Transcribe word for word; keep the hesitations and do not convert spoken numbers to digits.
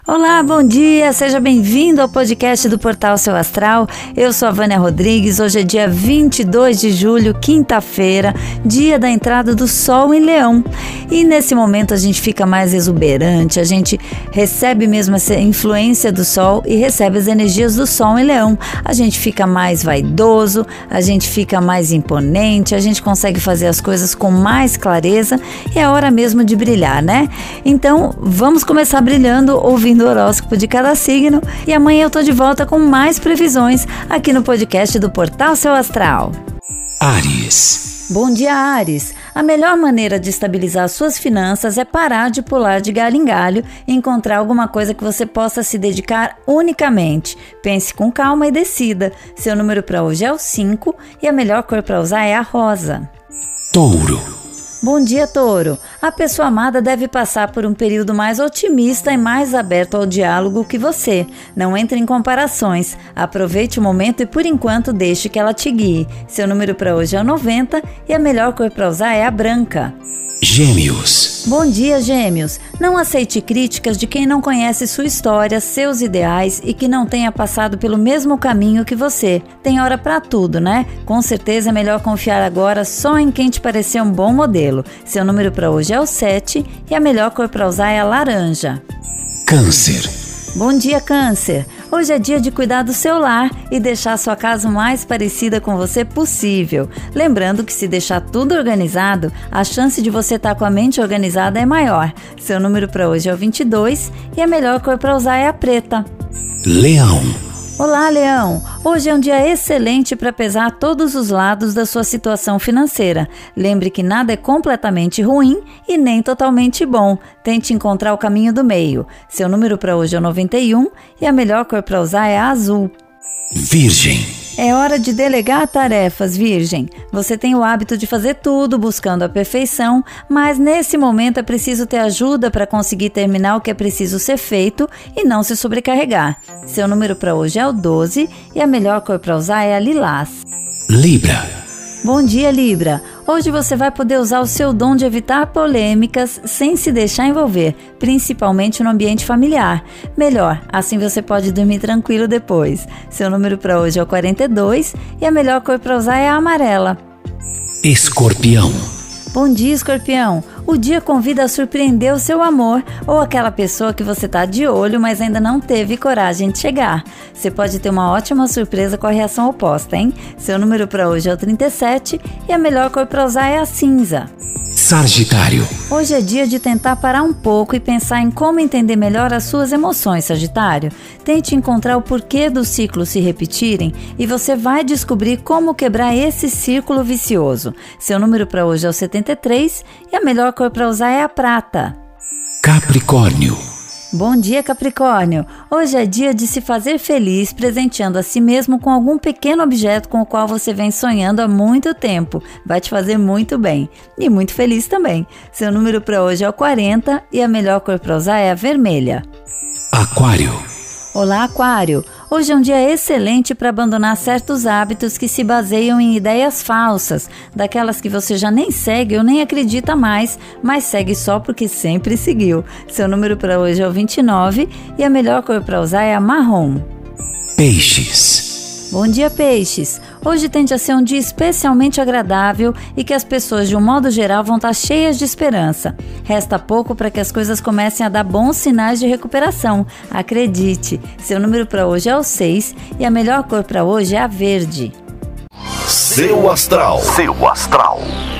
Olá, bom dia, seja bem-vindo ao podcast do Portal Seu Astral. Eu sou a Vânia Rodrigues, hoje é dia vinte e dois de julho, quinta-feira, dia da entrada do Sol em Leão. E nesse momento a gente fica mais exuberante, a gente recebe mesmo essa influência do Sol e recebe as energias do Sol em Leão. A gente fica mais vaidoso, a gente fica mais imponente, a gente consegue fazer as coisas com mais clareza e é hora mesmo de brilhar, né? Então, vamos começar brilhando, ouvindo do horóscopo de cada signo e amanhã eu tô de volta com mais previsões aqui no podcast do Portal Seu Astral. Áries. Bom dia, Áries. A melhor maneira de estabilizar suas finanças é parar de pular de galho em galho e encontrar alguma coisa que você possa se dedicar unicamente. Pense com calma e decida. Seu número para hoje é o cinco e a melhor cor para usar é a rosa. Touro. Bom dia, Touro. A pessoa amada deve passar por um período mais otimista e mais aberto ao diálogo que você. Não entre em comparações. Aproveite o momento e, por enquanto, deixe que ela te guie. Seu número para hoje é o noventa e a melhor cor para usar é a branca. Gêmeos. Bom dia, Gêmeos. Não aceite críticas de quem não conhece sua história, seus ideais e que não tenha passado pelo mesmo caminho que você. Tem hora pra tudo, né? Com certeza é melhor confiar agora só em quem te parecer um bom modelo. Seu número para hoje é o sete e a melhor cor para usar é a laranja. Câncer. Bom dia, Câncer. Hoje é dia de cuidar do seu lar e deixar sua casa o mais parecida com você possível. Lembrando que se deixar tudo organizado, a chance de você estar com a mente organizada é maior. Seu número para hoje é o vinte e dois e a melhor cor para usar é a preta. Leão. Olá, Leão! Hoje é um dia excelente para pesar todos os lados da sua situação financeira. Lembre que nada é completamente ruim e nem totalmente bom. Tente encontrar o caminho do meio. Seu número para hoje é o noventa e um e a melhor cor para usar é a azul. Virgem. É hora de delegar tarefas, Virgem. Você tem o hábito de fazer tudo buscando a perfeição, mas nesse momento é preciso ter ajuda para conseguir terminar o que é preciso ser feito e não se sobrecarregar. Seu número para hoje é o doze e a melhor cor para usar é a lilás. Libra. Bom dia, Libra. Hoje você vai poder usar o seu dom de evitar polêmicas sem se deixar envolver, principalmente no ambiente familiar. Melhor, assim você pode dormir tranquilo depois. Seu número para hoje é o quarenta e dois e a melhor cor para usar é a amarela. Escorpião. Bom dia, Escorpião. O dia convida a surpreender o seu amor ou aquela pessoa que você está de olho, mas ainda não teve coragem de chegar. Você pode ter uma ótima surpresa com a reação oposta, hein? Seu número para hoje é o trinta e sete e a melhor cor para usar é a cinza. Sagitário. Hoje é dia de tentar parar um pouco e pensar em como entender melhor as suas emoções, Sagitário. Tente encontrar o porquê dos ciclos se repetirem e você vai descobrir como quebrar esse círculo vicioso. Seu número para hoje é o setenta e três e a melhor cor para usar é a prata. Capricórnio. Bom dia, Capricórnio! Hoje é dia de se fazer feliz presenteando a si mesmo com algum pequeno objeto com o qual você vem sonhando há muito tempo. Vai te fazer muito bem e muito feliz também. Seu número para hoje é o quarenta e a melhor cor para usar é a vermelha. Aquário. Olá, Aquário! Hoje é um dia excelente para abandonar certos hábitos que se baseiam em ideias falsas, daquelas que você já nem segue ou nem acredita mais, mas segue só porque sempre seguiu. Seu número para hoje é o vinte e nove e a melhor cor para usar é a marrom. Peixes. Bom dia, Peixes! Hoje tende a ser um dia especialmente agradável e que as pessoas, de um modo geral, vão estar cheias de esperança. Resta pouco para que as coisas comecem a dar bons sinais de recuperação. Acredite! Seu número para hoje é o seis e a melhor cor para hoje é a verde. Seu Astral. Seu Astral.